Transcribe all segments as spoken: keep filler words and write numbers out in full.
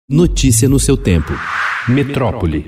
Notícia no seu tempo. Metrópole.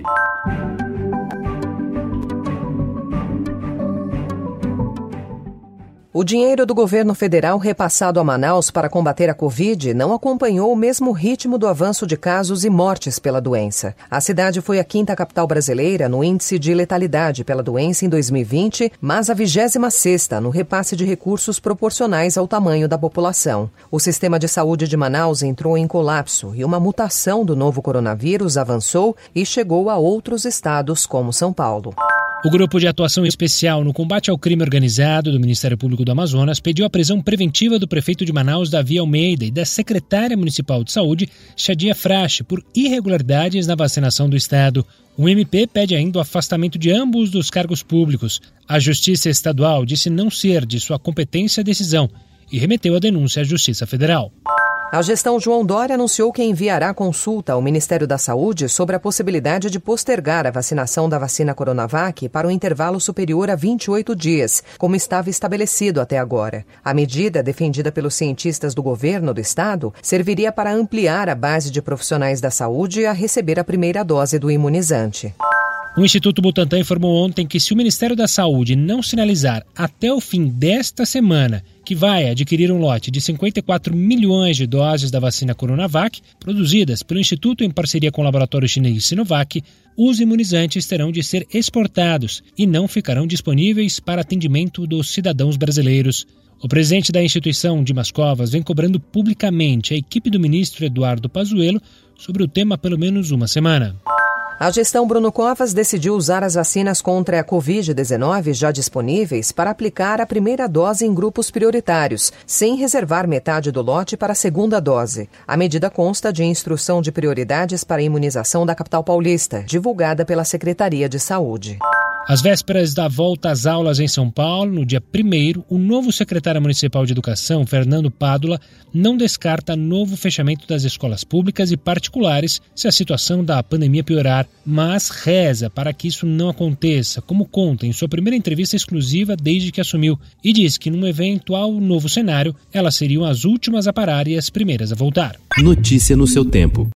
O dinheiro do governo federal repassado a Manaus para combater a Covid não acompanhou o mesmo ritmo do avanço de casos e mortes pela doença. A cidade foi a quinta capital brasileira no índice de letalidade pela doença em dois mil e vinte, mas a vigésima sexta no repasse de recursos proporcionais ao tamanho da população. O sistema de saúde de Manaus entrou em colapso e uma mutação do novo coronavírus avançou e chegou a outros estados como São Paulo. O Grupo de Atuação Especial no Combate ao Crime Organizado do Ministério Público do Amazonas pediu a prisão preventiva do prefeito de Manaus, Davi Almeida, e da secretária municipal de saúde, Shadia Frache, por irregularidades na vacinação do estado. O M P pede ainda o afastamento de ambos dos cargos públicos. A Justiça Estadual disse não ser de sua competência a decisão e remeteu a denúncia à Justiça Federal. A gestão João Dória anunciou que enviará consulta ao Ministério da Saúde sobre a possibilidade de postergar a vacinação da vacina Coronavac para um intervalo superior a vinte e oito dias, como estava estabelecido até agora. A medida, defendida pelos cientistas do governo do estado, serviria para ampliar a base de profissionais da saúde a receber a primeira dose do imunizante. O Instituto Butantan informou ontem que se o Ministério da Saúde não sinalizar até o fim desta semana que vai adquirir um lote de cinquenta e quatro milhões de doses da vacina Coronavac, produzidas pelo Instituto em parceria com o laboratório chinês Sinovac, os imunizantes terão de ser exportados e não ficarão disponíveis para atendimento dos cidadãos brasileiros. O presidente da instituição, Dimas Covas, vem cobrando publicamente a equipe do ministro Eduardo Pazuello sobre o tema há pelo menos uma semana. A gestão Bruno Covas decidiu usar as vacinas contra a covid dezenove já disponíveis para aplicar a primeira dose em grupos prioritários, sem reservar metade do lote para a segunda dose. A medida consta de instrução de prioridades para a imunização da capital paulista, divulgada pela Secretaria de Saúde. Às vésperas da volta às aulas em São Paulo, no dia primeiro, o novo secretário municipal de Educação, Fernando Pádula, não descarta novo fechamento das escolas públicas e particulares se a situação da pandemia piorar, mas reza para que isso não aconteça, como conta em sua primeira entrevista exclusiva desde que assumiu, e diz que num eventual novo cenário, elas seriam as últimas a parar e as primeiras a voltar. Notícia no seu tempo.